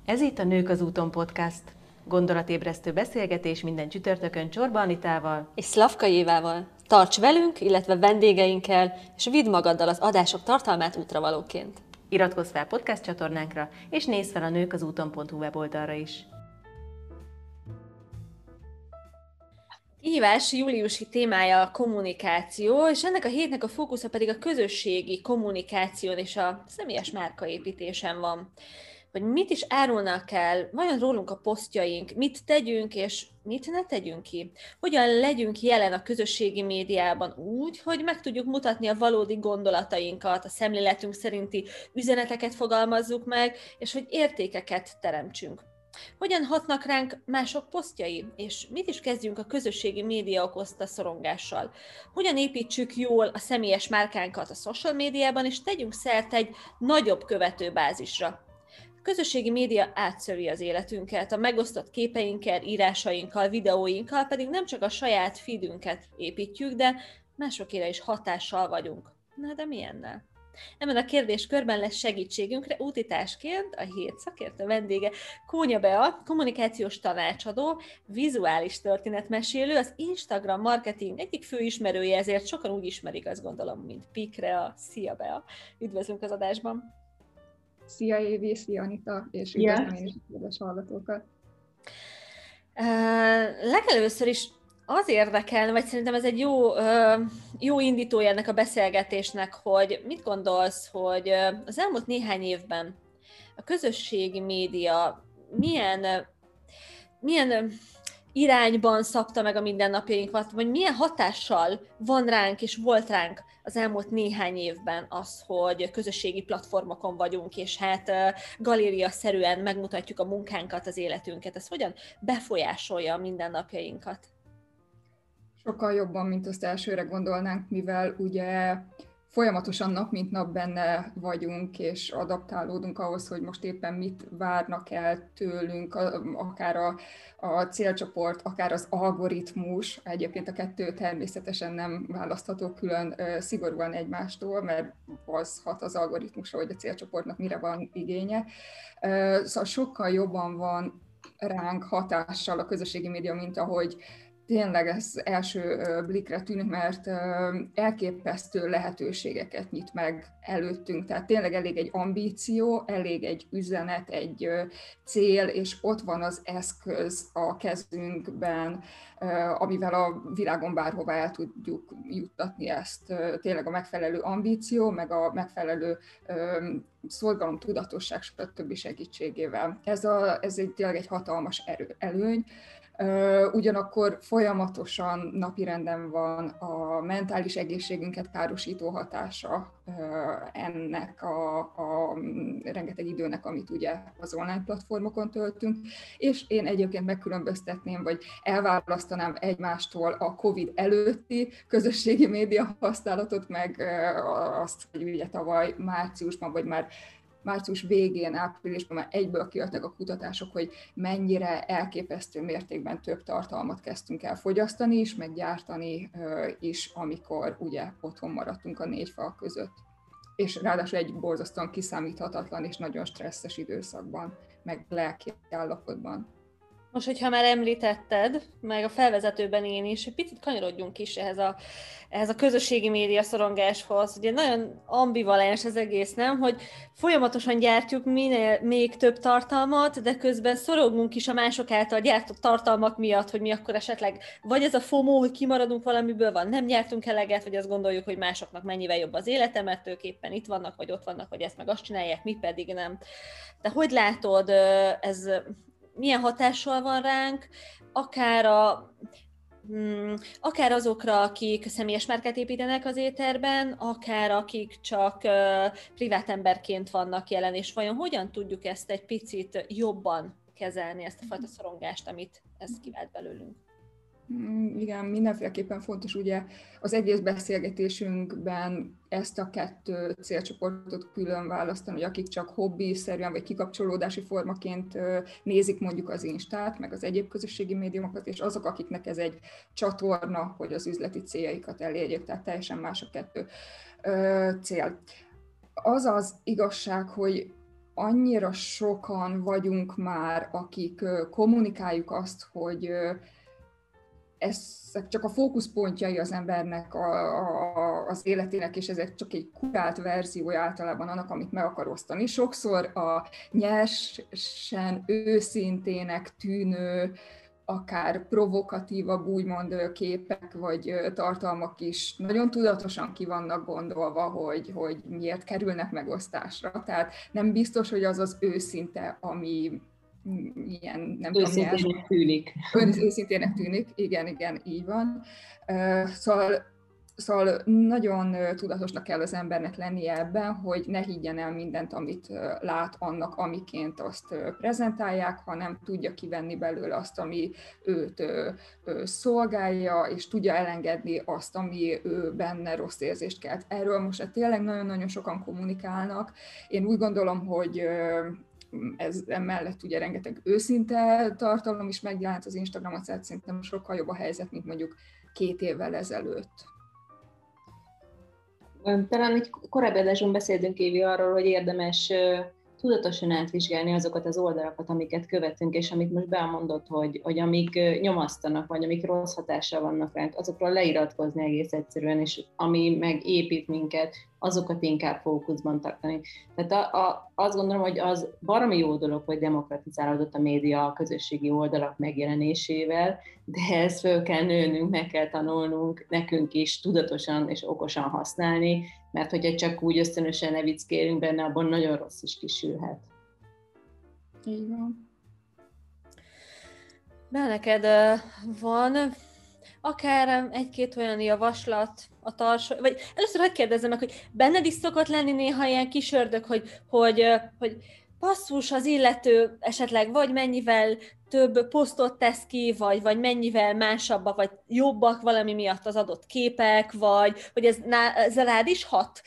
Ez itt a Nők az úton podcast. Gondolatébresztő beszélgetés minden csütörtökön Csorba Anitával és Szlavka Évával. Tarts velünk, illetve vendégeinkkel, és vidd magaddal az adások tartalmát útravalóként. Iratkozz fel podcast csatornánkra, és nézz fel a nőkazúton.hu weboldalra is. Kihívás júliusi témája a kommunikáció, és ennek a hétnek a fókusza pedig a közösségi kommunikáción és a személyes márkaépítésen van. Hogy mit is árulnak el, vajon rólunk a posztjaink, mit tegyünk és mit ne tegyünk ki? Hogyan legyünk jelen a közösségi médiában úgy, hogy meg tudjuk mutatni a valódi gondolatainkat, a szemléletünk szerinti üzeneteket fogalmazzuk meg, és hogy értékeket teremtsünk. Hogyan hatnak ránk mások posztjai, és mit is kezdjünk a közösségi média okozta szorongással? Hogyan építsük jól a személyes márkánkat a social médiában, és tegyünk szert egy nagyobb követőbázisra? A közösségi média átszövi az életünket, a megosztott képeinkkel, írásainkkal, videóinkkal pedig nem csak a saját feedünket építjük, de másokére is hatással vagyunk. Na de milyennel? Ebben a kérdéskörben lesz segítségünkre útitásként a hét szakértő vendége Kónya Bea, kommunikációs tanácsadó, vizuális történetmesélő, az Instagram marketing egyik főismerője, ezért sokan úgy ismerik, azt gondolom, mint Pikrea. Szia Bea! Üdvözlünk az adásban! Szia Évi, szia Anita, és üdvözlöm én is a kedves hallgatókat! Legelőször is az érdekelne, vagy szerintem ez egy jó indítója ennek a beszélgetésnek, hogy mit gondolsz, hogy az elmúlt néhány évben a közösségi média milyen irányban szabta meg a mindennapjainkat, vagy milyen hatással van ránk és volt ránk az elmúlt néhány évben az, hogy közösségi platformokon vagyunk, és hát galériaszerűen megmutatjuk a munkánkat, az életünket. Ez hogyan befolyásolja a mindennapjainkat? Sokkal jobban, mint azt elsőre gondolnánk, mivel ugye folyamatosan nap mint nap benne vagyunk, és adaptálódunk ahhoz, hogy most éppen mit várnak el tőlünk, akár a célcsoport, akár az algoritmus. Egyébként a kettő természetesen nem választható külön szigorúan egymástól, mert az hat az algoritmusra, hogy a célcsoportnak mire van igénye. Szóval sokkal jobban van ránk hatással a közösségi média, mint ahogy tényleg ez első blikre tűnik, mert elképesztő lehetőségeket nyit meg előttünk. Tehát tényleg elég egy ambíció, elég egy üzenet, egy cél, és ott van az eszköz a kezünkben, amivel a világon bárhova el tudjuk juttatni ezt. Tényleg a megfelelő ambíció, meg a megfelelő szorgalom, tudatosság, stb. Segítségével. Ez tényleg egy hatalmas előny. Ugyanakkor folyamatosan napirenden van a mentális egészségünket károsító hatása ennek a rengeteg időnek, amit ugye az online platformokon töltünk, és én egyébként megkülönböztetném, vagy elválasztanám egymástól a COVID előtti közösségi média használatot, meg azt, hogy ugye tavaly márciusban, vagy már március végén, áprilisban már egyből kijöttek a kutatások, hogy mennyire elképesztő mértékben több tartalmat kezdtünk el fogyasztani is, meg gyártani is, amikor ugye otthon maradtunk a négy fal között. És ráadásul egy borzasztóan kiszámíthatatlan és nagyon stresszes időszakban, meg lelki állapotban. Most, hogyha már említetted, meg a felvezetőben én is, egy picit kanyarodjunk is ehhez a közösségi média szorongáshoz. Ugye nagyon ambivalens az egész, nem? Hogy folyamatosan gyártjuk még több tartalmat, de közben szorongunk is a mások által gyártott tartalmak miatt, hogy mi akkor esetleg, vagy ez a FOMO, hogy kimaradunk valamiből, van nem gyártunk eleget, vagy azt gondoljuk, hogy másoknak mennyivel jobb az élete, mert ők éppen itt vannak, vagy ott vannak, vagy ezt meg azt csinálják, mi pedig nem. De hogy látod, ez milyen hatással van ránk, akár azokra, akik személyes márkát építenek az éterben, akár akik csak privát emberként vannak jelen, és vajon hogyan tudjuk ezt egy picit jobban kezelni, ezt a fajta szorongást, amit ez kivált belőlünk? Igen, mindenféleképpen fontos ugye az egész beszélgetésünkben ezt a kettő célcsoportot külön választani, hogy akik csak hobbiszerűen vagy kikapcsolódási formaként nézik mondjuk az Instát, meg az egyéb közösségi médiumokat, és azok, akiknek ez egy csatorna, hogy az üzleti céljaikat elérjék, tehát teljesen más a kettő cél. Az az igazság, hogy annyira sokan vagyunk már, akik kommunikáljuk azt, hogy ezek csak a fókuszpontjai az embernek az életének, és ezek csak egy kurált verziója általában annak, amit meg akar osztani. Sokszor a nyersen, őszintének tűnő, akár provokatívabb úgymond képek vagy tartalmak is nagyon tudatosan ki vannak gondolva, hogy miért kerülnek megosztásra. Tehát nem biztos, hogy az az őszinte, ami ilyen, nem tudom, őszintének tűnik. Őszintének tűnik, igen, így van. Szóval nagyon tudatosnak kell az embernek lennie ebben, hogy ne higgyen el mindent, amit lát annak, amiként azt prezentálják, hanem tudja kivenni belőle azt, ami őt szolgálja, és tudja elengedni azt, ami ő benne rossz érzést kelt. Erről most tényleg nagyon-nagyon sokan kommunikálnak. Én úgy gondolom, hogy ez emellett ugye rengeteg őszinte tartalom is megjelent az Instagramon, tehát szerintem sokkal jobb a helyzet, mint mondjuk 2 évvel ezelőtt. Talán egy korábbi adáson beszéltünk, Évi, arról, hogy érdemes tudatosan átvizsgálni azokat az oldalakat, amiket követünk, és amit most beelmondott, hogy amik nyomasztanak, vagy amik rossz hatással vannak ránk, azokról leiratkozni egész egyszerűen, és ami meg épít minket, azokat inkább fókuszban tartani. Tehát azt gondolom, hogy az baromi jó dolog, hogy demokratizálódott a média a közösségi oldalak megjelenésével, de ezt föl kell nőnünk, meg kell tanulnunk, nekünk is tudatosan és okosan használni, mert hogyha csak úgy ösztönösen nevickélünk benne, abban nagyon rossz is kisülhet. Így van. Neked van akár 1-2 olyan javaslat a vagy először hadd kérdezzem meg, hogy benned is szokott lenni néha ilyen kis ördög, hogy basszus, az illető esetleg vagy mennyivel több posztot tesz ki, vagy mennyivel másabbak, vagy jobbak valami miatt az adott képek, vagy hogy ez rád is hat?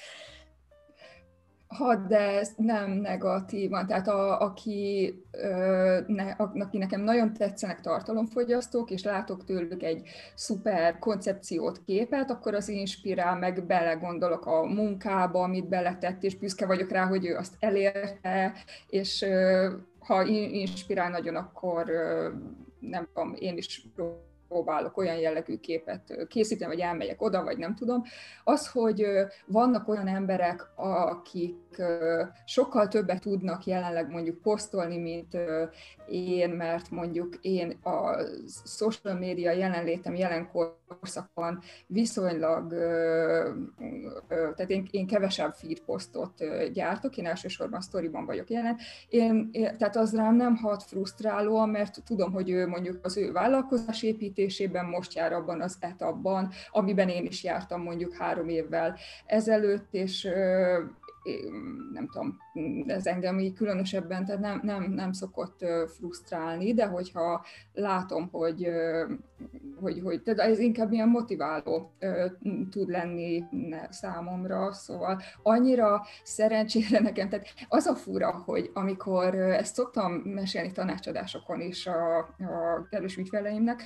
De ez nem negatívan. Tehát aki nekem nagyon tetszenek tartalomfogyasztók, és látok tőlük egy szuper koncepciót, képet, akkor az inspirál, meg belegondolok a munkába, amit beletett, és büszke vagyok rá, hogy ő azt elérte, és ha inspirál nagyon, akkor nem tudom, én is próbálok olyan jellegű képet készíteni, vagy elmegyek oda, vagy nem tudom. Az, hogy vannak olyan emberek, akik sokkal többet tudnak jelenleg mondjuk posztolni, mint én, mert mondjuk én a social media jelenlétem jelen korszakban viszonylag, tehát én kevesebb feed posztot gyártok, én elsősorban sztoriban vagyok jelen. Tehát az rám nem hat frusztrálóan, mert tudom, hogy ő mondjuk az ő vállalkozás építésében most jár abban az etapban, amiben én is jártam mondjuk 3 évvel ezelőtt, és nem tudom, ez engem így különösebben, tehát nem szokott frusztrálni, de hogyha látom, hogy tehát ez inkább ilyen motiváló tud lenni számomra, szóval annyira szerencsére nekem, tehát az a fura, hogy amikor ezt szoktam mesélni tanácsadásokon is a kedves ügyfeleimnek,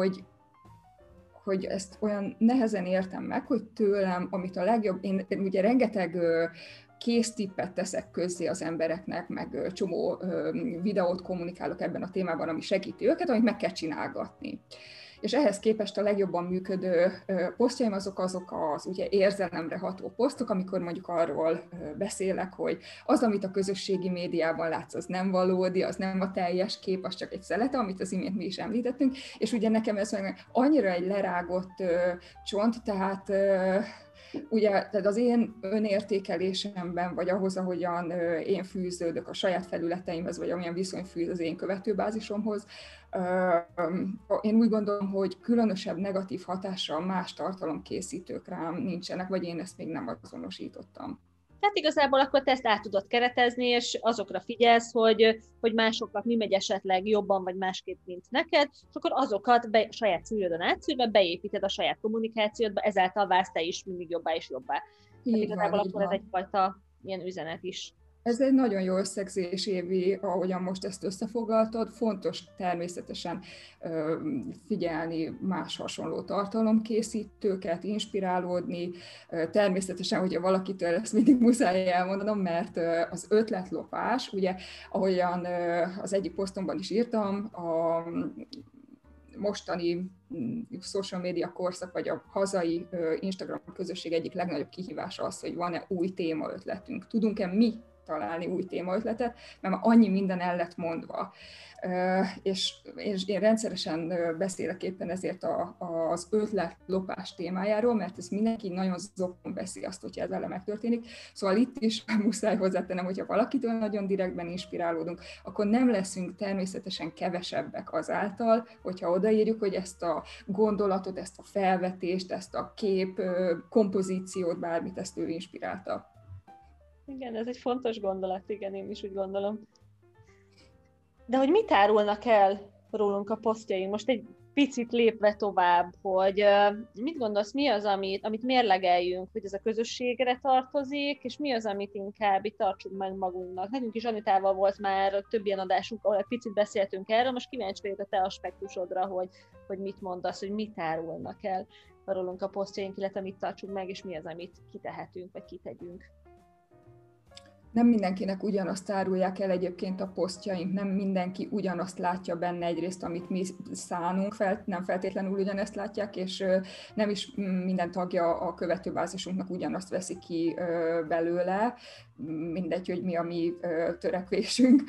hogy ezt olyan nehezen értem meg, hogy tőlem, amit a legjobb, én ugye rengeteg késztippet teszek közzé az embereknek, meg csomó videót kommunikálok ebben a témában, ami segíti őket, amit meg kell csinálgatni. És ehhez képest a legjobban működő posztjaim azok az ugye érzelemre ható posztok, amikor mondjuk arról beszélek, hogy az, amit a közösségi médiában látsz, az nem valódi, az nem a teljes kép, az csak egy szelete, amit az imént mi is említettünk, és ugye nekem ez annyira egy lerágott csont, tehát ugye, tehát az én önértékelésemben, vagy ahhoz, ahogyan én fűződök a saját felületeimhez, vagy amilyen viszony fűz az én követőbázisomhoz, én úgy gondolom, hogy különösebb negatív hatással más tartalomkészítők rám nincsenek, vagy én ezt még nem azonosítottam. Tehát igazából akkor te ezt át tudod keretezni, és azokra figyelsz, hogy másoknak mi megy esetleg jobban, vagy másképp, mint neked, és akkor azokat saját szűrődön átszűrve beépíted a saját kommunikációdba, ezáltal válsz te is mindig jobbá és jobbá. Tehát igazából akkor ez egyfajta ilyen üzenet is. Ez egy nagyon jó összegzés, Évi, ahogyan most ezt összefoglaltad. Fontos természetesen figyelni más hasonló tartalomkészítőket, inspirálódni. Természetesen, hogyha valakitől ezt mindig muszáj elmondanom, mert az ötletlopás, ugye, ahogyan az egyik posztomban is írtam, a mostani social media korszak, vagy a hazai Instagram közösség egyik legnagyobb kihívása az, hogy van-e új témaötletünk. Tudunk-e mi találni új témaötletet, mert már annyi minden el lett mondva. És én rendszeresen beszélek éppen ezért az ötletlopás témájáról, mert ez mindenki nagyon zokon veszi azt, hogyha ez vele megtörténik. Szóval itt is muszáj hozzátennem, hogyha valakitől nagyon direktben inspirálódunk, akkor nem leszünk természetesen kevesebbek azáltal, hogyha odaírjuk, hogy ezt a gondolatot, ezt a felvetést, ezt a kép, kompozíciót, bármit, ezt ő inspirálta. Igen, ez egy fontos gondolat, igen, én is úgy gondolom. De hogy mit árulnak el rólunk a posztjaink? Most egy picit lépve tovább, hogy mit gondolsz, mi az, amit mérlegeljünk, hogy ez a közösségre tartozik, és mi az, amit inkább itt tartsunk meg magunknak. Nekünk is Anitával volt már több ilyen adásunk, ahol egy picit beszéltünk erről, most kíváncsi vagyok a te aspektusodra, hogy mit mondasz, hogy mit árulnak el rólunk a posztjaink, illetve mit tartsunk meg, és mi az, amit kitehetünk, vagy kitegyünk. Nem mindenkinek ugyanazt árulják el egyébként a posztjaink, nem mindenki ugyanazt látja benne egyrészt, amit mi szánunk, nem feltétlenül ugyanezt látják, és nem is minden tagja a követőbázisunknak ugyanazt veszi ki belőle, mindegy, hogy mi a mi törekvésünk.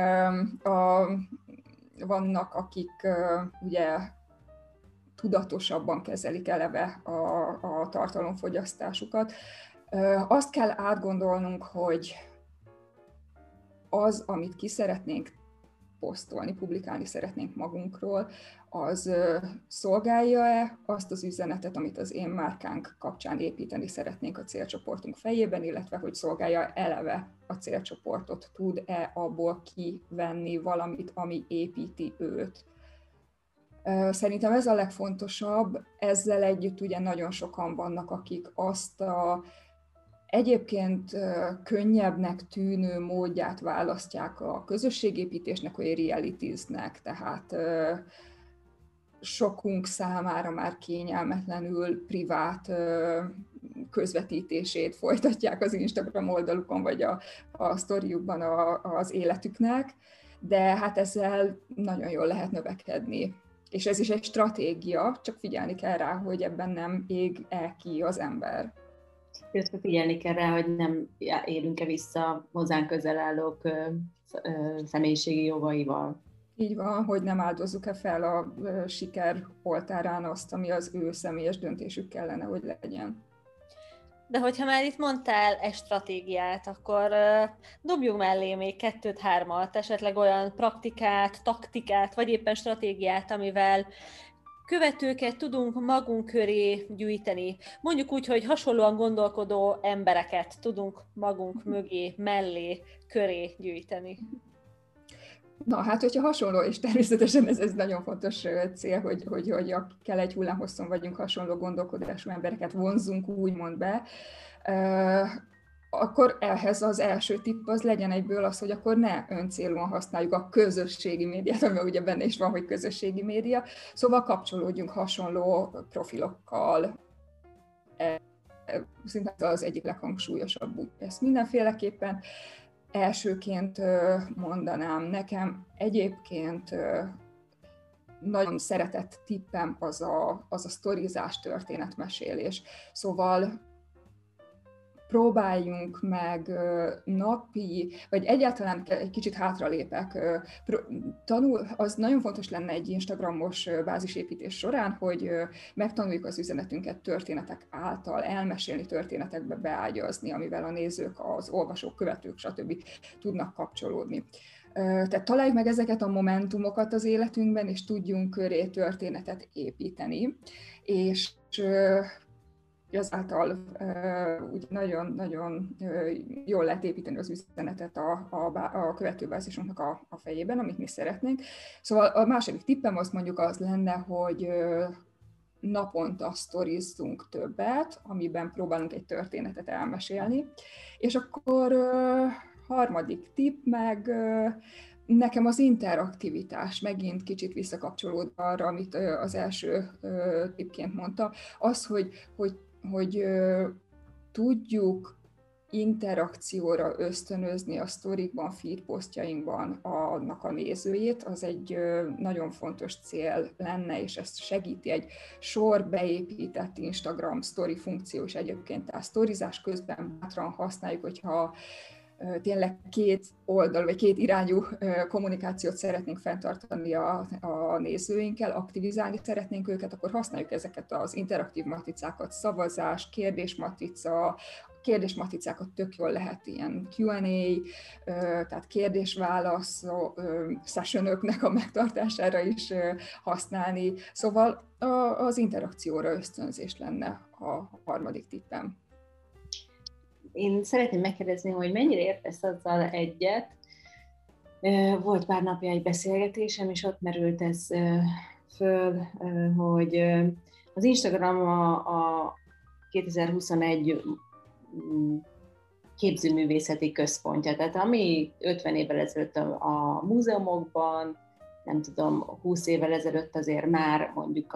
Vannak, akik ugye tudatosabban kezelik eleve a tartalomfogyasztásukat. Azt kell átgondolnunk, hogy az, amit ki szeretnénk posztolni, publikálni szeretnénk magunkról, az szolgálja-e azt az üzenetet, amit az én márkánk kapcsán építeni szeretnénk a célcsoportunk fejében, illetve hogy szolgálja eleve a célcsoportot, tud-e abból kivenni valamit, ami építi őt. Szerintem ez a legfontosabb, ezzel együtt ugye nagyon sokan vannak, akik azt a egyébként könnyebbnek tűnő módját választják a közösségépítésnek, hogy realities-nek, tehát sokunk számára már kényelmetlenül privát közvetítését folytatják az Instagram oldalukon, vagy a sztoriukban az életüknek, de hát ezzel nagyon jól lehet növekedni. És ez is egy stratégia, csak figyelni kell rá, hogy ebben nem ég el ki az ember. Illetve figyelni kell rá, hogy nem élünk-e vissza hozzánk közel állók személyiségi jogaival. Így van, hogy nem áldozzuk-e fel a siker oltárán azt, ami az ő személyes döntésük kellene, hogy legyen. De hogyha már itt mondtál egy stratégiát, akkor dobjunk mellé még 2-3-at, esetleg olyan praktikát, taktikát, vagy éppen stratégiát, amivel követőket tudunk magunk köré gyűjteni. Mondjuk úgy, hogy hasonlóan gondolkodó embereket tudunk magunk mögé, mellé, köré gyűjteni. Na hát, hogyha hasonló, és természetesen ez nagyon fontos cél, hogy akikkel egy hullámhosszon vagyunk, hasonló gondolkodású embereket vonzunk úgymond be, akkor ehhez az első tipp az legyen egyből az, hogy akkor ne öncélúan használjuk a közösségi médiát, ami ugye benne is van, hogy közösségi média, szóval kapcsolódjunk hasonló profilokkal, szinte az egyik leghangsúlyosabb úgy. Ezt mindenféleképpen elsőként mondanám, nekem egyébként nagyon szeretett tippem az a sztorizás, történetmesélés. Szóval próbáljunk meg napi, vagy egyáltalán egy kicsit hátralépek, az nagyon fontos lenne egy Instagramos bázisépítés során, hogy megtanuljuk az üzenetünket történetek által, elmesélni, történetekbe beágyazni, amivel a nézők, az olvasók, követők, stb. Tudnak kapcsolódni. Tehát találjuk meg ezeket a momentumokat az életünkben, és tudjunk köré történetet építeni, és ezáltal nagyon jól lehet építeni az üzenetet a követőbázisunknak a fejében, amit mi szeretnénk. Szóval a második tippem az mondjuk az lenne, hogy naponta sztorizzunk többet, amiben próbálunk egy történetet elmesélni, és akkor harmadik tipp meg nekem az interaktivitás, megint kicsit visszakapcsolódva arra, amit az első tippként mondta, az, hogy tudjuk interakcióra ösztönözni a sztorikban, feedposztjainkban annak a nézőjét, az egy nagyon fontos cél lenne, és ezt segíti egy sor beépített Instagram story funkció, és egyébként a sztorizás közben bátran használjuk, hogyha tényleg két oldal, vagy két irányú kommunikációt szeretnénk fenntartani a nézőinkkel, aktivizálni szeretnénk őket, akkor használjuk ezeket az interaktív matricákat, szavazás, kérdésmatricákat tök jól lehet ilyen Q&A, tehát kérdés-válasz sessionöknek a megtartására is használni. Szóval az interakcióra ösztönzés lenne a harmadik tippem. Én szeretném megkérdezni, hogy mennyire értesz azzal egyet. Volt pár napja egy beszélgetésem, és ott merült ez föl, hogy az Instagram a 2021 képzőművészeti központja. Tehát ami 50 évvel ezelőtt a múzeumokban, nem tudom, 20 évvel ezelőtt azért már mondjuk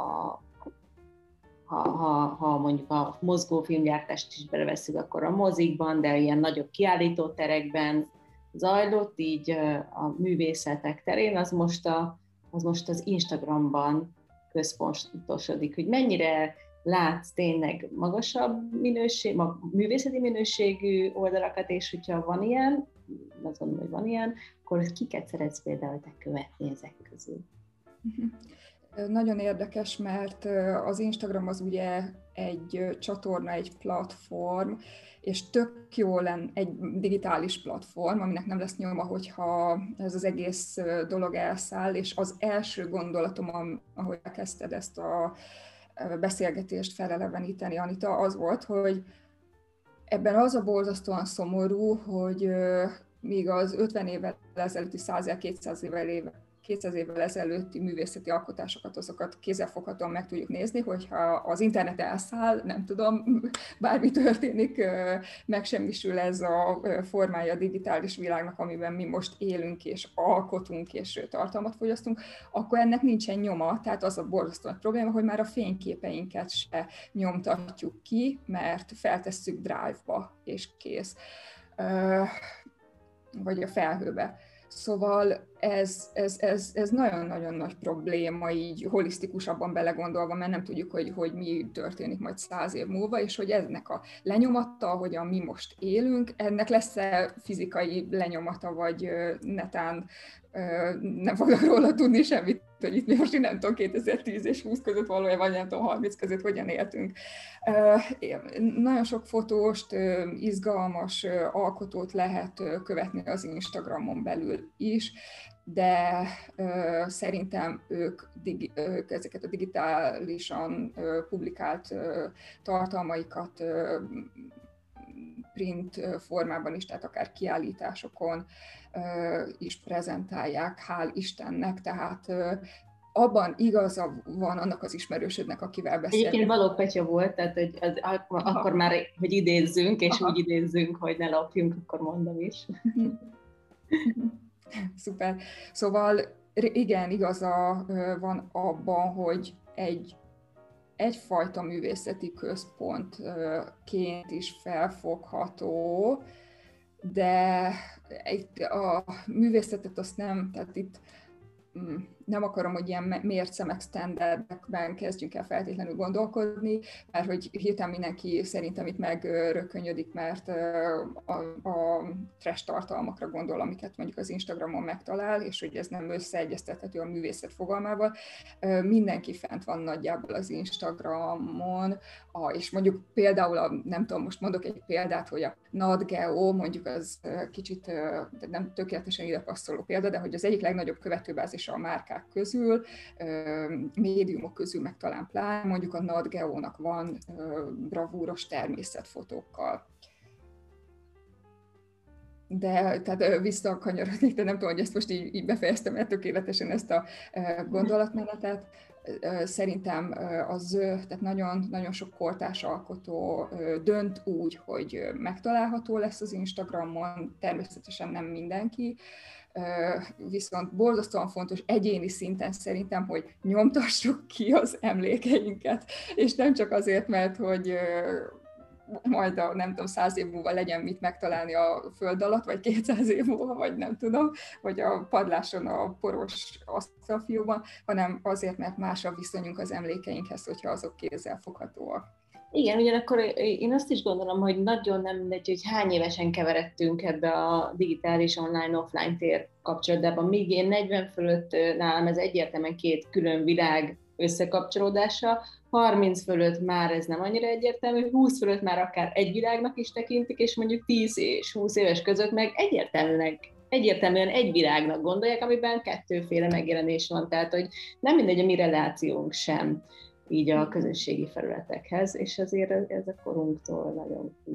ha mondjuk a mozgófilmgyártást is belevesszük, akkor a mozikban, de ilyen nagyobb kiállítóterekben zajlott, így a művészetek terén, az most az Instagramban központosodik, hogy mennyire látsz tényleg magasabb művészeti minőségű oldalakat, és hogyha van ilyen, azt gondolom, hogy van ilyen, akkor kiket szeretsz például te követni ezek közül? Nagyon érdekes, mert az Instagram az ugye egy csatorna, egy platform, és tök jó lenne egy digitális platform, aminek nem lesz nyoma, hogyha ez az egész dolog elszáll, és az első gondolatom, ahogy elkezdted ezt a beszélgetést feleleveníteni, Anita, az volt, hogy ebben az a borzasztóan szomorú, hogy míg az 50 évvel ezelőtti, 200 évvel ezelőtti művészeti alkotásokat, azokat kézzelfoghatóan meg tudjuk nézni, hogyha az internet elszáll, nem tudom, bármi történik, megsemmisül ez a formája a digitális világnak, amiben mi most élünk és alkotunk és tartalmat fogyasztunk, akkor ennek nincsen nyoma, tehát az a borzasztó nagy probléma, hogy már a fényképeinket se nyomtatjuk ki, mert feltesszük Drive-ba és kész, vagy a felhőbe. Szóval ez nagyon-nagyon nagy probléma így holisztikusabban belegondolva, mert nem tudjuk, hogy mi történik majd 100 év múlva, és hogy ennek a lenyomata, ahogyan mi most élünk, ennek lesz-e fizikai lenyomata, vagy netán nem fognak róla tudni semmit, hogy itt mi most nem tudom, 2010 és 20 között valójában, nem tudom, 30 között hogyan éltünk. Nagyon sok fotóst, izgalmas alkotót lehet követni az Instagramon belül is, de szerintem ők ezeket a digitálisan publikált tartalmaikat print formában is, tehát akár kiállításokon is prezentálják, hál' Istennek, tehát abban igaza van annak az ismerősödnek, akivel beszélünk. Egyébként Balogh Petya volt, tehát hogy akkor már, hogy idézzünk, és úgy idézzünk, hogy ne lopjunk, akkor mondom is. Szuper. Szóval igen, igaza van abban, hogy egyfajta művészeti központként is felfogható, de a művészetet azt nem, tehát itt nem akarom, hogy ilyen mércemek, standardekben kezdjünk el feltétlenül gondolkodni, mert hogy hirtelen mindenki szerintem itt megrökönyödik, mert a trash tartalmakra gondol, amiket mondjuk az Instagramon megtalál, és hogy ez nem összeegyeztethető a művészet fogalmával. Mindenki fent van nagyjából az Instagramon, és mondjuk például, nem tudom, most mondok egy példát, hogy a Nat Geo, mondjuk az kicsit nem tökéletesen ide passzoló példa, de hogy az egyik legnagyobb követőbázisa a márkák közül, médiumok közül meg talán pláne, mondjuk a Nat Geo-nak van bravúros természetfotókkal. De tehát visszakanyarodnék, de nem tudom, hogy ezt most így befejeztem el tökéletesen ezt a gondolatmenetet. Szerintem tehát nagyon, nagyon sok kortárs alkotó dönt úgy, hogy megtalálható lesz az Instagramon, természetesen nem mindenki, viszont borzasztóan fontos egyéni szinten szerintem, hogy nyomtassuk ki az emlékeinket, és nem csak azért, mert hogy majd nem tudom, 100 év múlva legyen mit megtalálni a föld alatt, vagy 200 év múlva, vagy nem tudom, vagy a padláson a poros asztalfiúban, hanem azért, mert más a viszonyunk az emlékeinkhez, hogyha azok kézzelfoghatóak. Igen, ugyanakkor én azt is gondolom, hogy nagyon nem mindegy, hogy hány évesen keveredtünk ebbe a digitális online-offline tér kapcsolatban. Míg én 40 fölött nálam ez egyértelműen két külön világ összekapcsolódása, 30 fölött már ez nem annyira egyértelmű, 20 fölött már akár egy világnak is tekintik, és mondjuk 10 és 20 éves között meg egyértelműen egy világnak gondolják, amiben kettőféle megjelenés van. Tehát, hogy nem mindegy a mi relációnk sem így a közösségi felületekhez, és azért ez a korunktól nagyon függ.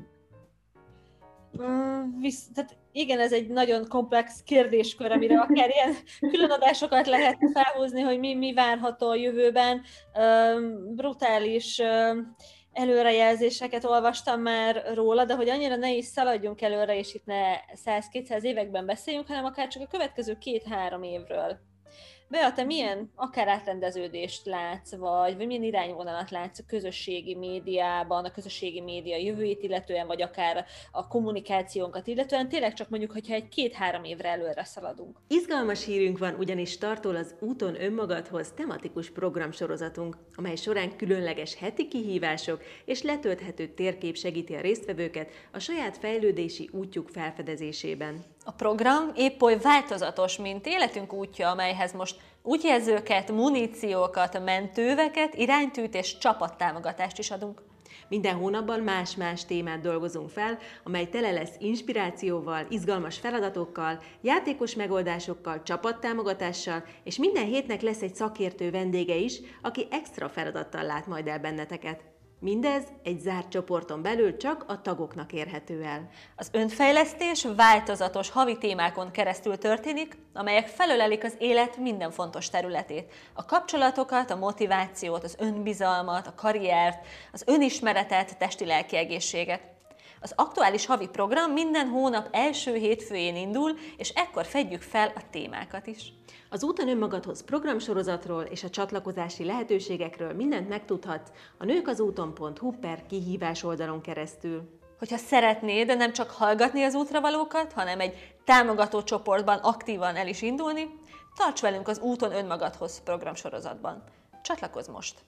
Tehát igen, ez egy nagyon komplex kérdéskör, amire akár ilyen különadásokat lehet felhúzni, hogy mi várható a jövőben. Brutális előrejelzéseket olvastam már róla, de hogy annyira ne is szaladjunk előre, és itt ne 100-200 években beszéljünk, hanem akár csak a következő 2-3 évről. Bea, te milyen akár átrendeződést látsz, vagy milyen irányvonalat látsz a közösségi médiában, a közösségi média jövőjét illetően, vagy akár a kommunikációnkat illetően, tényleg csak mondjuk, hogyha egy 2-3 évre előre szaladunk. Izgalmas hírünk van, ugyanis tartol az Úton önmagadhoz tematikus programsorozatunk, amely során különleges heti kihívások és letölthető térkép segíti a résztvevőket a saját fejlődési útjuk felfedezésében. A program épp oly változatos, mint életünk útja, amelyhez most útjelzőket, muníciókat, mentőveket, iránytűt és csapattámogatást is adunk. Minden hónapban más-más témát dolgozunk fel, amely tele lesz inspirációval, izgalmas feladatokkal, játékos megoldásokkal, csapattámogatással, és minden hétnek lesz egy szakértő vendége is, aki extra feladattal lát majd el benneteket. Mindez egy zárt csoporton belül csak a tagoknak érhető el. Az önfejlesztés változatos havi témákon keresztül történik, amelyek felölelik az élet minden fontos területét. A kapcsolatokat, a motivációt, az önbizalmat, a karriert, az önismeretet, testi-lelki egészséget. Az aktuális havi program minden hónap első hétfőjén indul, és ekkor fedjük fel a témákat is. Az Úton önmagadhoz programsorozatról és a csatlakozási lehetőségekről mindent megtudhatsz a nőkazúton.hu/kihívás oldalon keresztül. Hogyha szeretnéd nem csak hallgatni az útravalókat, hanem egy támogató csoportban aktívan el is indulni, tarts velünk az Úton önmagadhoz programsorozatban. Csatlakozz most!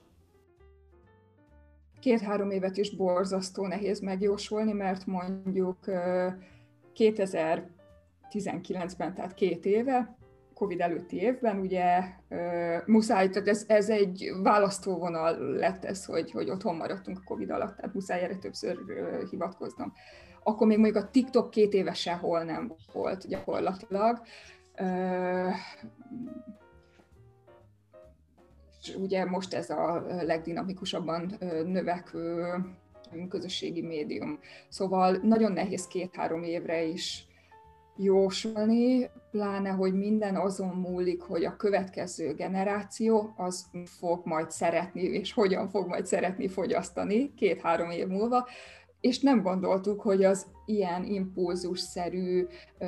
2-3 évet is borzasztó nehéz megjósolni, mert mondjuk 2019-ben, tehát 2 éve, Covid előtti évben, ugye muszáj, tehát ez egy választóvonal lett ez, hogy otthon maradtunk a Covid alatt, tehát muszáj erre többször hivatkoznom. Akkor még mondjuk a TikTok 2 éve sehol nem volt gyakorlatilag. És ugye most ez a legdinamikusabban növekvő közösségi médium. Szóval nagyon nehéz 2-3 évre is jósolni, pláne, hogy minden azon múlik, hogy a következő generáció az fog majd szeretni, és hogyan fog majd szeretni fogyasztani 2-3 év múlva, és nem gondoltuk, hogy az ilyen impulzusszerű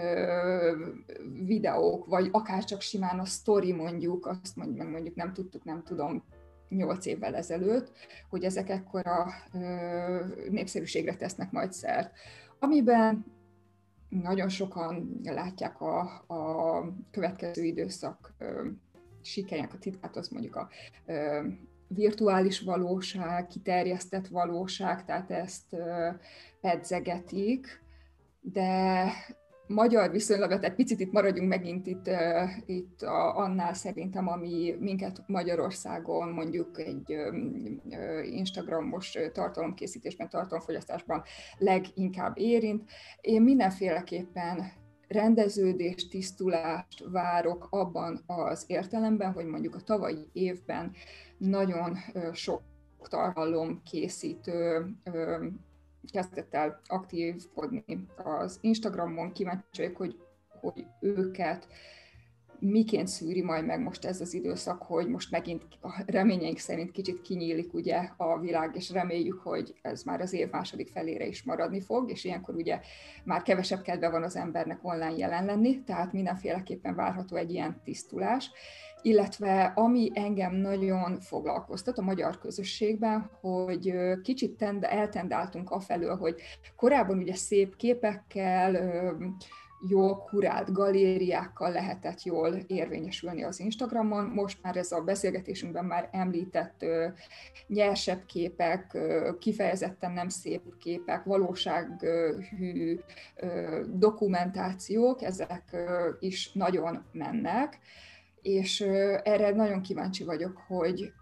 videók, vagy akár csak simán a sztori mondjuk, mondjuk nem tudtuk, nem tudom, 8 évvel ezelőtt, hogy ezek ekkora népszerűségre tesznek majd szert. Amiben nagyon sokan látják a következő időszak sikerének a titkát, az mondjuk a virtuális valóság, kiterjesztett valóság, tehát ezt pedzegetik, de magyar viszonylag, tehát picit itt maradjunk megint itt annál szerintem, ami minket Magyarországon mondjuk egy Instagramos tartalomkészítésben, tartalomfogyasztásban leginkább érint. Én mindenféleképpen rendeződést, tisztulást várok abban az értelemben, hogy mondjuk a tavalyi évben nagyon sok tartalomkészítő kezdett el aktívkodni az Instagramon, kíváncsi vagyok, hogy őket miként szűri majd meg most ez az időszak, hogy most megint a reményeink szerint kicsit kinyílik ugye a világ, és reméljük, hogy ez már az év második felére is maradni fog, és ilyenkor ugye már kevesebb kedve van az embernek online jelen lenni, tehát mindenféleképpen várható egy ilyen tisztulás. Illetve ami engem nagyon foglalkoztat a magyar közösségben, hogy kicsit eltendáltunk afelől, hogy korábban ugye szép képekkel, jól kurált galériákkal lehetett jól érvényesülni az Instagramon. Most már ez a beszélgetésünkben már említett nyersebb képek, kifejezetten nem szép képek, valósághű dokumentációk, ezek is nagyon mennek, és erre nagyon kíváncsi vagyok, hogy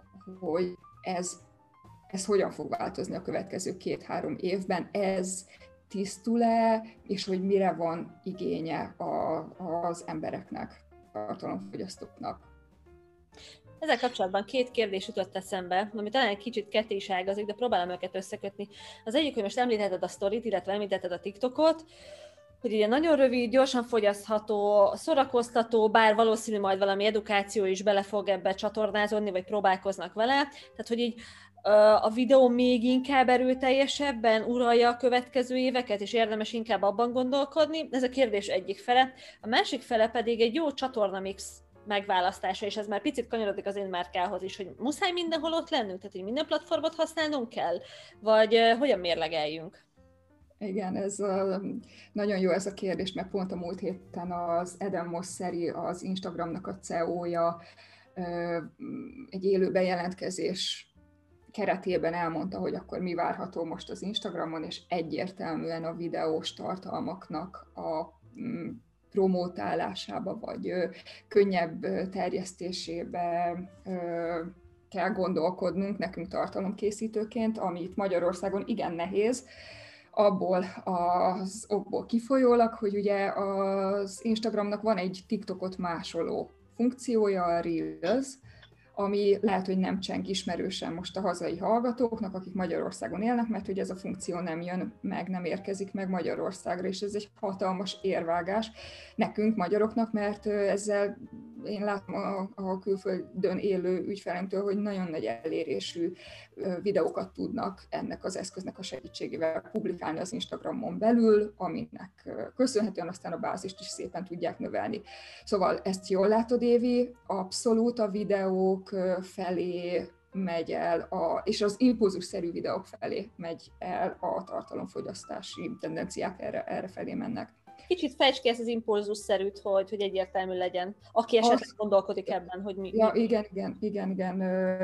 ez hogyan fog változni a következő 2-3 évben, ez tisztul-e, és hogy mire van igénye az embereknek, tartalomfogyasztóknak. Ezzel kapcsolatban 2 kérdés jutott eszembe, ami talán egy kicsit ketté is ágazik, de próbálom őket összekötni. Az egyik, hogy most említetted a sztorit, illetve említetted a TikTokot, hogy ugye nagyon rövid, gyorsan fogyasztható, szórakoztató, bár valószínű majd valami edukáció is bele fog ebbe csatornázódni, vagy próbálkoznak vele. Tehát, hogy így a videó még inkább erőteljesebben uralja a következő éveket, és érdemes inkább abban gondolkodni. Ez a kérdés egyik fele. A másik fele pedig egy jó csatornamix megválasztása, és ez már picit kanyarodik az én márkához is, hogy muszáj mindenhol ott lennünk, tehát hogy minden platformot használnunk kell, vagy hogyan mérlegeljünk? Igen, ez nagyon jó ez a kérdés, mert pont a múlt héten az Adam Mosseri, az Instagramnak a CEO-ja egy élő bejelentkezés keretében elmondta, hogy akkor mi várható most az Instagramon, és egyértelműen a videós tartalmaknak a promótálásába, vagy könnyebb terjesztésébe kell gondolkodnunk nekünk tartalomkészítőként, ami itt Magyarországon igen nehéz, abból az okból kifolyólag, hogy ugye az Instagramnak van egy TikTokot másoló funkciója, a Reels, ami lehet, hogy nem cseng ismerősen most a hazai hallgatóknak, akik Magyarországon élnek, mert hogy ez a funkció nem jön meg, nem érkezik meg Magyarországra, és ez egy hatalmas érvágás nekünk, magyaroknak, mert ezzel én látom a külföldön élő ügyfelemtől, hogy nagyon nagy elérésű videókat tudnak ennek az eszköznek a segítségével publikálni az Instagramon belül, aminek köszönhetően aztán a bázist is szépen tudják növelni. Szóval ezt jól látod, Évi, abszolút a videók felé megy el, és az impulzusszerű videók felé megy el a tartalomfogyasztási tendenciák, erre felé mennek. Kicsit fejtsd ki ezt az impulzusszerűt, hogy egyértelmű legyen, aki esetleg gondolkodik ebben, hogy mi. Ja, igen.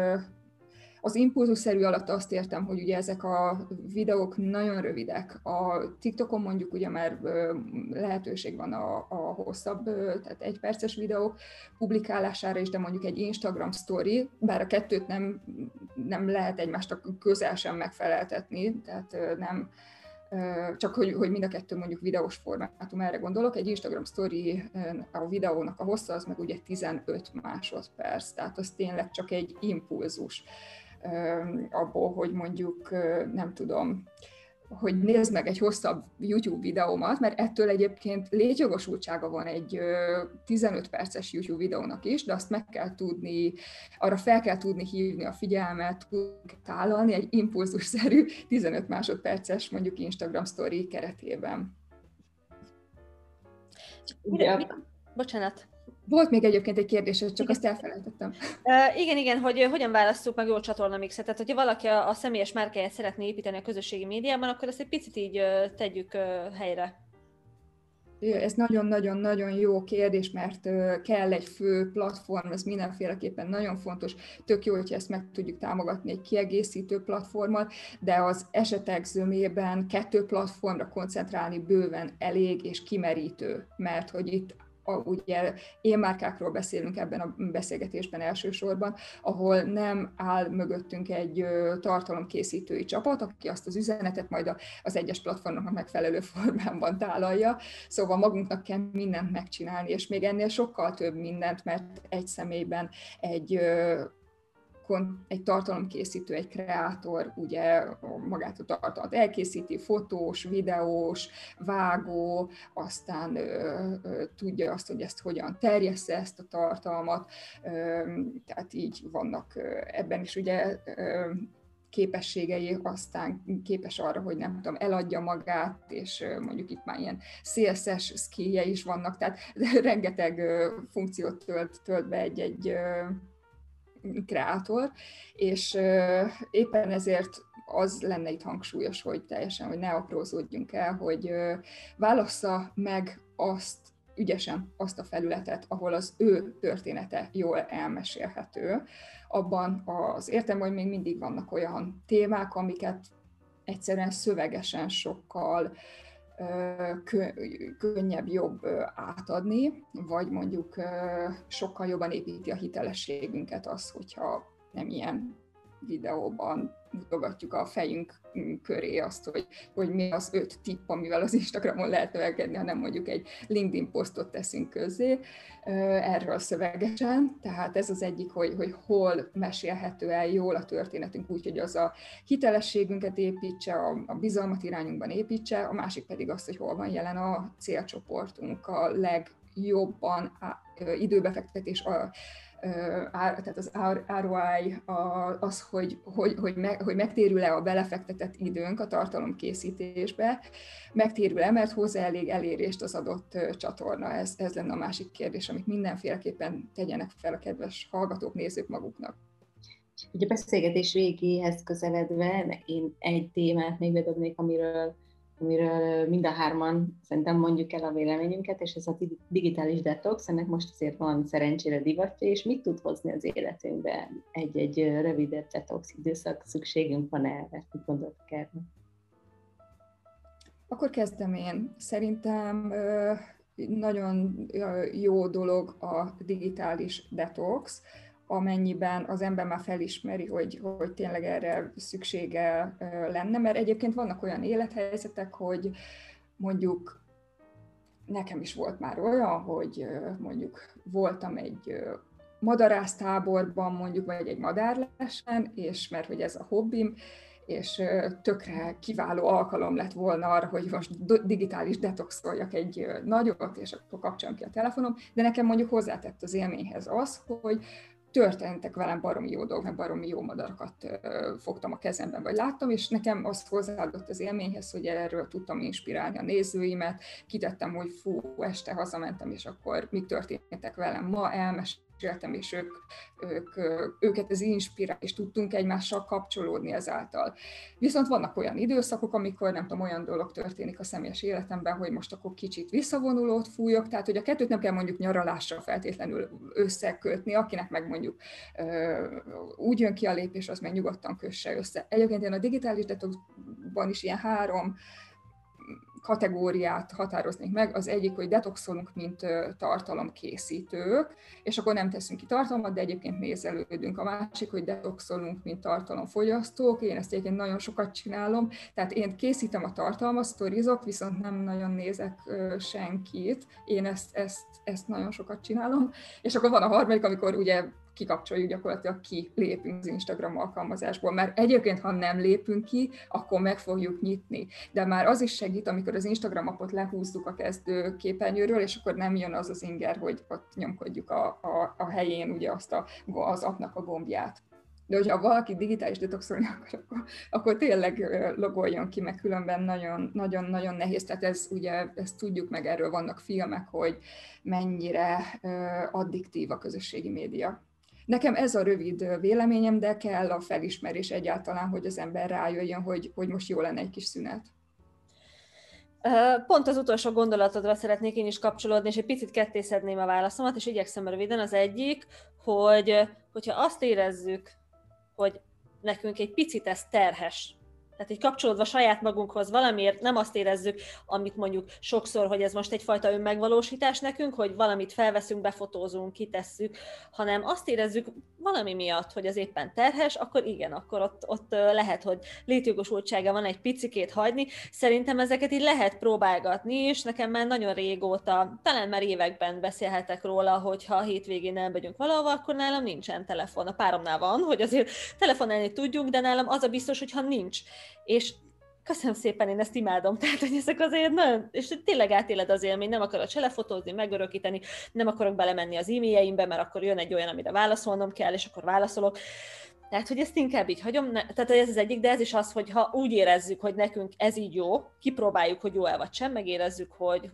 Az impulzusszerű alatt azt értem, hogy ugye ezek a videók nagyon rövidek. A TikTokon mondjuk ugye már lehetőség van a hosszabb, tehát 1 perces videók publikálására is, de mondjuk egy Instagram story, bár a kettőt nem lehet egymásnak közel sem megfeleltetni, tehát nem csak hogy mind a kettő mondjuk videós formátum, erre gondolok. Egy Instagram story, a videónak a hossza az meg ugye 15 másodperc, tehát az tényleg csak egy impulzus abból, hogy mondjuk nem tudom, hogy nézd meg egy hosszabb YouTube videómat, mert ettől egyébként létjogosultsága van egy 15 perces YouTube videónak is, de azt meg kell tudni, arra fel kell tudni hívni a figyelmet, tálalni egy impulzusszerű 15 másodperces mondjuk Instagram story keretében. Bocsánat. Volt még egyébként egy kérdés, csak azt elfelejtettem. Igen, hogy hogyan választjuk meg jól csatornamixet. Tehát, hogyha valaki a személyes márkáját szeretné építeni a közösségi médiában, akkor ezt egy picit így tegyük helyre. Ez nagyon-nagyon-nagyon jó kérdés, mert kell egy fő platform, ez mindenféleképpen nagyon fontos. Tök jó, hogyha ezt meg tudjuk támogatni egy kiegészítő platformmal, de az esetek zömében 2 platformra koncentrálni bőven elég és kimerítő, mert hogy itt ugye én-márkákról beszélünk ebben a beszélgetésben elsősorban, ahol nem áll mögöttünk egy tartalomkészítői csapat, aki azt az üzenetet majd az egyes platformoknak megfelelő formában tálalja. Szóval magunknak kell mindent megcsinálni, és még ennél sokkal több mindent, mert egy személyben egy egy tartalomkészítő, egy kreátor ugye magát a tartalmat elkészíti, fotós, videós, vágó, aztán tudja azt, hogy ezt hogyan terjessze ezt a tartalmat, tehát így vannak ebben is ugye képességei, aztán képes arra, hogy nem tudom, eladja magát, és mondjuk itt már ilyen CSS skillje is vannak, tehát rengeteg funkciót tölt be egy kreátor, és éppen ezért az lenne itt hangsúlyos, hogy teljesen, hogy ne aprózódjunk el, hogy válassza meg ügyesen azt a felületet, ahol az ő története jól elmesélhető. Abban az értem, hogy még mindig vannak olyan témák, amiket egyszerűen szövegesen sokkal könnyebb, jobb átadni, vagy mondjuk sokkal jobban építi a hitelességünket az, hogyha nem ilyen videóban mutogatjuk a fejünk köré azt, hogy mi az 5 tipp, amivel az Instagramon lehet növekedni, hanem mondjuk egy LinkedIn posztot teszünk közzé erről szövegesen. Tehát ez az egyik, hogy hol mesélhető el jól a történetünk úgy, hogy az a hitelességünket építse, a bizalmat irányunkban építse, a másik pedig az, hogy hol van jelen a célcsoportunk, a legjobban időbefektetés, tehát az ROI, az, hogy megtérül-e a belefektetett időnk a tartalomkészítésbe, megtérül-e, mert hozzá elég elérést az adott csatorna. Ez lenne a másik kérdés, amit mindenféleképpen tegyenek fel a kedves hallgatók, nézők maguknak. Ugye a beszélgetés végéhez közeledve én egy témát még bedobnék, amiről mind a hárman szerintem mondjuk el a véleményünket, és ez a digitális detox, ennek most azért van szerencsére divatja, és mit tud hozni az életünkbe egy rövidebb detox időszak, szükségünk van erre? Mit gondoltok erről? Akkor kezdem én. Szerintem nagyon jó dolog a digitális detox, amennyiben az ember már felismeri, hogy tényleg erre szüksége lenne, mert egyébként vannak olyan élethelyzetek, hogy mondjuk nekem is volt már olyan, hogy mondjuk voltam egy madarásztáborban mondjuk, vagy egy madárlesen, és mert hogy ez a hobbim, és tökre kiváló alkalom lett volna arra, hogy most digitális detoxoljak egy nagyot, és akkor kapcsoljam ki a telefonom, de nekem mondjuk hozzátett az élményhez az, hogy történtek velem baromi jó dolgok, meg baromi jó madarakat fogtam a kezemben, vagy láttam, és nekem az hozzáadott az élményhez, hogy erről tudtam inspirálni a nézőimet, kitettem, hogy este hazamentem, és akkor mik történtek velem ma, elmeséltem, és őket ez inspirál, és tudtunk egymással kapcsolódni ezáltal. Viszont vannak olyan időszakok, amikor nem tudom, olyan dolog történik a személyes életemben, hogy most akkor kicsit visszavonulót fújok, tehát hogy a kettőt nem kell mondjuk nyaralásra feltétlenül összekötni, akinek meg mondjuk úgy jön ki a lépés, az meg nyugodtan kösse össze. Egyébként én a digitális detoxban is ilyen 3 kategóriát határoznék meg. Az egyik, hogy detoxolunk, mint tartalomkészítők, és akkor nem teszünk ki tartalmat, de egyébként nézelődünk. A másik, hogy detoxolunk, mint tartalomfogyasztók. Én ezt egyébként nagyon sokat csinálom, tehát én készítem a tartalmat, sztorizok, viszont nem nagyon nézek senkit. Én ezt nagyon sokat csinálom. És akkor van a harmadik, amikor ugye kikapcsoljuk, gyakorlatilag kilépünk az Instagram alkalmazásból, mert egyébként, ha nem lépünk ki, akkor meg fogjuk nyitni. De már az is segít, amikor az Instagram appot lehúzzuk a kezdő képernyőről, és akkor nem jön az inger, hogy ott nyomkodjuk a helyén ugye az appnak a gombját. De hogyha valaki digitális detoxolni akar, akkor tényleg logoljon ki, meg különben nagyon nehéz. Tehát ezt tudjuk meg, erről vannak filmek, hogy mennyire addiktív a közösségi média. Nekem ez a rövid véleményem, de kell a felismerés egyáltalán, hogy az ember rájöjjön, hogy most jó lenne egy kis szünet. Pont az utolsó gondolatodra szeretnék én is kapcsolódni, és egy picit kettészedném a válaszomat, és igyekszem röviden. Az egyik, hogyha azt érezzük, hogy nekünk egy picit ez terhes, Tehát így kapcsolódva saját magunkhoz valamiért nem azt érezzük, amit mondjuk sokszor, hogy ez most egyfajta önmegvalósítás nekünk, hogy valamit felveszünk, befotózunk, kitesszük, hanem azt érezzük valami miatt, hogy az éppen terhes, akkor igen, akkor ott lehet, hogy létjogosultsága van egy picikét hagyni. Szerintem ezeket így lehet próbálgatni, és nekem már nagyon régóta, talán már években beszélhetek róla, hogy ha a hétvégén elmegyünk valahova, akkor nálam nincsen telefon. A páromnál van, hogy azért telefonálni tudjunk, de nálam az a biztos, hogyha nincs. És köszönöm szépen, én ezt imádom, tehát, hogy ezek azért nagyon, és tényleg átéled az élmény, nem akarod se lefotózni, megörökíteni, nem akarok belemenni az e-mailjeimbe, mert akkor jön egy olyan, amire válaszolnom kell, és akkor válaszolok. Tehát, hogy ezt inkább így hagyom, tehát ez az egyik, de ez is az, hogy ha úgy érezzük, hogy nekünk ez így jó, kipróbáljuk, hogy jó-e vagy sem, megérezzük,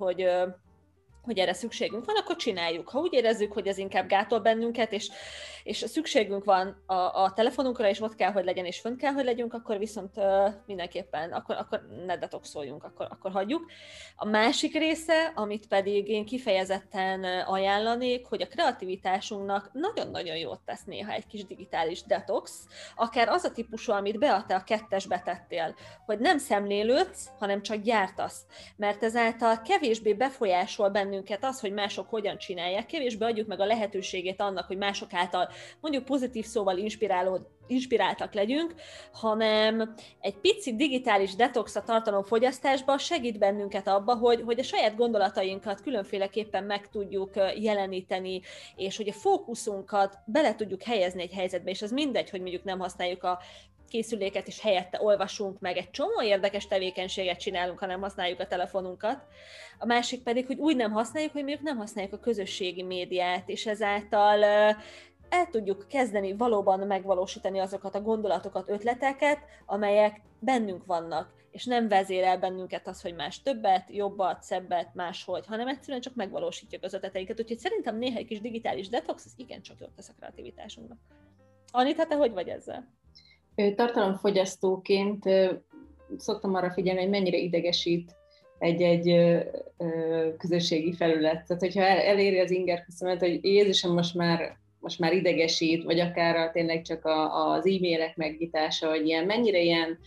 hogy erre szükségünk van, akkor csináljuk. Ha úgy érezzük, hogy ez inkább gátol bennünket, és szükségünk van a telefonunkra, és ott kell, hogy legyen, és fönn kell, hogy legyünk, akkor viszont mindenképpen, akkor ne detoxoljunk, akkor hagyjuk. A másik része, amit pedig én kifejezetten ajánlanék, hogy a kreativitásunknak nagyon-nagyon jót tesz néha egy kis digitális detox, akár az a típusú, amit te a 2-esbe tettél, hogy nem szemlélődsz, hanem csak gyártasz, mert ezáltal kevésbé befolyásol bennünket az, hogy mások hogyan csinálják, kevésbé adjuk meg a lehetőségét annak, hogy mások által mondjuk pozitív szóval inspiráltak legyünk, hanem egy pici digitális detox a tartalomfogyasztásban segít bennünket abba, hogy a saját gondolatainkat különféleképpen meg tudjuk jeleníteni, és hogy a fókuszunkat bele tudjuk helyezni egy helyzetbe, és az mindegy, hogy mondjuk nem használjuk a készüléket, és helyette olvasunk meg, egy csomó érdekes tevékenységet csinálunk, ha nem használjuk a telefonunkat. A másik pedig, hogy úgy nem használjuk, hogy mondjuk nem használjuk a közösségi médiát, és ezáltal el tudjuk kezdeni valóban megvalósítani azokat a gondolatokat, ötleteket, amelyek bennünk vannak, és nem vezérel bennünket az, hogy más többet, jobbat, szebbet, máshogy, hanem egyszerűen csak megvalósítjuk az ötleteinket. Úgyhogy szerintem néha egy kis digitális detox, az igencsak jót tesz a kreativitásunknak. Anita, te hogy vagy ezzel? Tartalomfogyasztóként szoktam arra figyelni, hogy mennyire idegesít egy közösségi felület. Tehát, hogyha eléri az inger küszöböt, hogy Jézusom, most már idegesít, vagy akár tényleg csak az e-mailek megnyitása, vagy mennyire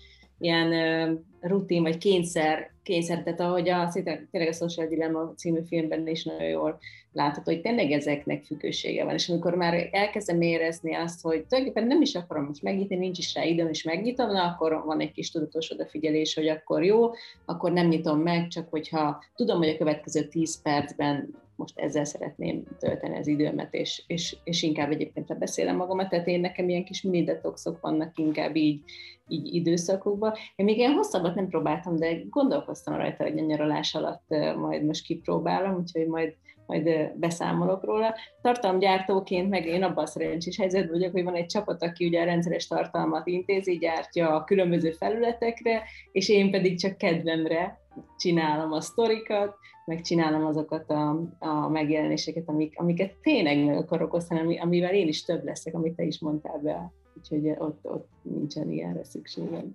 ilyen rutin, vagy kényszer, tehát ahogy tényleg a Social Dilemma című filmben is nagyon jól látható, hogy tényleg ezeknek függősége van, és amikor már elkezdem érezni azt, hogy tulajdonképpen nem is akarom most megnyitni, nincs is rá időm, és megnyitom, na akkor van egy kis tudatos odafigyelés, hogy akkor jó, akkor nem nyitom meg, csak hogyha tudom, hogy a következő 10 percben most ezzel szeretném tölteni az időmet, és inkább egyébként lebeszélem magamat, tehát nekem ilyen kis mini detoxok vannak inkább így időszakokban. Én még ilyen hosszabbat nem próbáltam, de gondolkoztam rajta, hogy a nyaralás alatt majd most kipróbálom, úgyhogy majd beszámolok róla. Tartalomgyártóként meg én abban a szerencsés helyzetben vagyok, hogy van egy csapat, aki ugye a rendszeres tartalmat intézi, gyártja a különböző felületekre, és én pedig csak kedvemre csinálom a sztorikat, meg csinálom azokat a megjelenéseket, amiket tényleg meg akarok osztani, amivel én is több leszek, amit te is mondtál be. Úgyhogy ott nincsen ilyenre szükségem.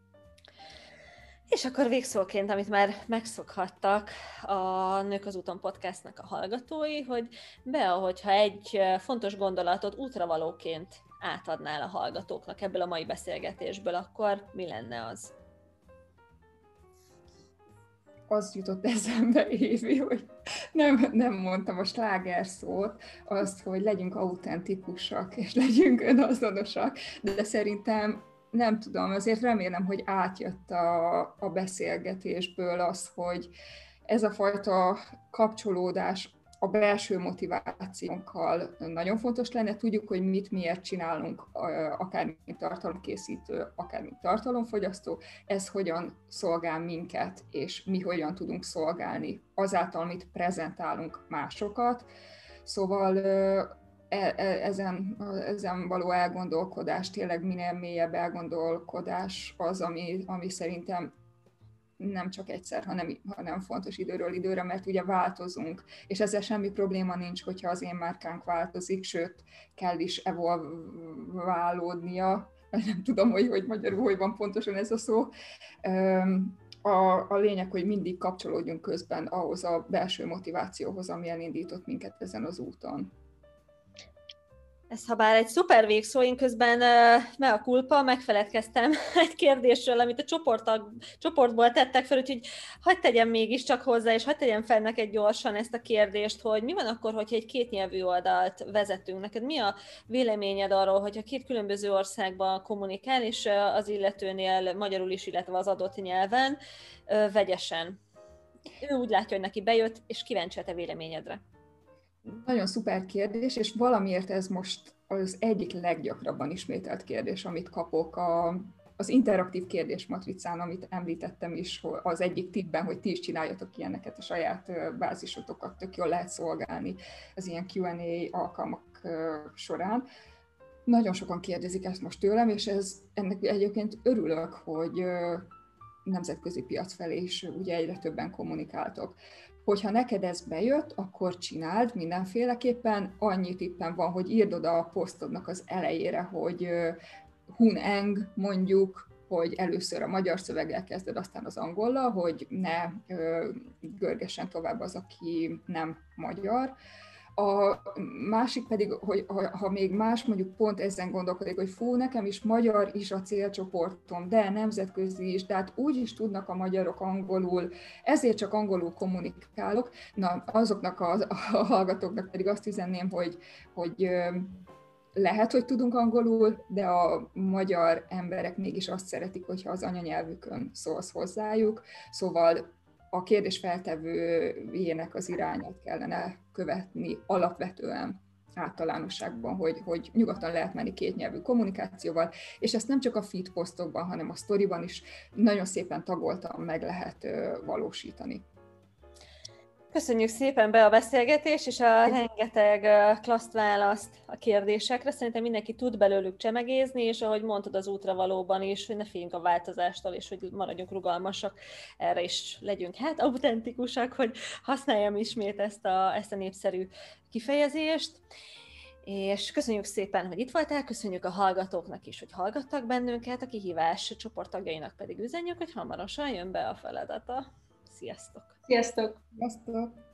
És akkor végszóként, amit már megszokhattak a Nők az úton podcastnak a hallgatói, hogy hogyha egy fontos gondolatot útravalóként átadnál a hallgatóknak ebből a mai beszélgetésből, akkor mi lenne az? Az jutott eszembe, Évi, hogy nem mondtam a sláger szót, azt, hogy legyünk autentikusak, és legyünk önazonosak, de szerintem nem tudom, azért remélem, hogy átjött a beszélgetésből az, hogy ez a fajta kapcsolódás a belső motivációnkkal nagyon fontos lenne. Tudjuk, hogy miért csinálunk, akár mint tartalomkészítő, akár mint tartalomfogyasztó, ez hogyan szolgál minket, és mi hogyan tudunk szolgálni azáltal, amit prezentálunk másokat. Szóval ezen való elgondolkodás, tényleg minél mélyebb elgondolkodás az, ami szerintem nem csak egyszer, hanem fontos időről időre, mert ugye változunk, és ezzel semmi probléma nincs, hogyha az én márkánk változik, sőt, kell is evolválódnia, nem tudom, hogy magyarul hogy van pontosan ez a szó. A lényeg, hogy mindig kapcsolódjunk közben ahhoz a belső motivációhoz, ami elindított minket ezen az úton. Ez ha bár egy szuper végszó, én közben mea culpa, megfeledkeztem egy kérdésről, amit a csoportból tettek fel, úgyhogy hagyd tegyem mégiscsak hozzá, és hagyd tegyem fel neked gyorsan ezt a kérdést, hogy mi van akkor, hogyha egy kétnyelvű oldalt vezetünk. Neked mi a véleményed arról, hogyha két különböző országban kommunikál, és az illetőnél magyarul is, illetve az adott nyelven vegyesen? Ő úgy látja, hogy neki bejött, és kíváncsi a te véleményedre. Nagyon szuper kérdés, és valamiért ez most az egyik leggyakrabban ismételt kérdés, amit kapok az interaktív kérdésmatricán, amit említettem is az egyik tippben, hogy ti is csináljatok ilyeneket a saját bázisotokat, tök jól lehet szolgálni az ilyen Q&A alkalmak során. Nagyon sokan kérdezik ezt most tőlem, és ennek egyébként örülök, hogy nemzetközi piac felé is ugye egyre többen kommunikáltok. Hogyha neked ez bejött, akkor csináld mindenféleképpen. Annyi tippem van, hogy írd oda a posztodnak az elejére, hogy hun eng mondjuk, hogy először a magyar szöveggel kezded, aztán az angollal, hogy ne görgessen tovább az, aki nem magyar. A másik pedig, hogy ha még más mondjuk pont ezen gondolkodik, hogy fú, nekem is magyar is a célcsoportom, de nemzetközi is, tehát úgy is tudnak a magyarok angolul, ezért csak angolul kommunikálok. Na, azoknak a hallgatóknak pedig azt üzenném, hogy lehet, hogy tudunk angolul, de a magyar emberek mégis azt szeretik, hogyha az anyanyelvükön szólsz hozzájuk, szóval a kérdés feltevőjének az irányát kellene követni alapvetően általánosságban, hogy nyugodtan lehet menni kétnyelvű kommunikációval, és ezt nem csak a feed posztokban, hanem a sztoriban is nagyon szépen tagoltan meg lehet valósítani. Köszönjük szépen be a beszélgetést, és a rengeteg klassz választ a kérdésekre. Szerintem mindenki tud belőlük csemegézni, és ahogy mondtad az útra valóban is, hogy ne féljünk a változástól, és hogy maradjunk rugalmasak, erre is legyünk autentikusak, hogy használjam ismét ezt a népszerű kifejezést. És köszönjük szépen, hogy itt voltál, köszönjük a hallgatóknak is, hogy hallgattak bennünket, a kihívás csoporttagjainak pedig üzenjük, hogy hamarosan jön be a feladata. Sziasztok! Sziasztok! Sziasztok!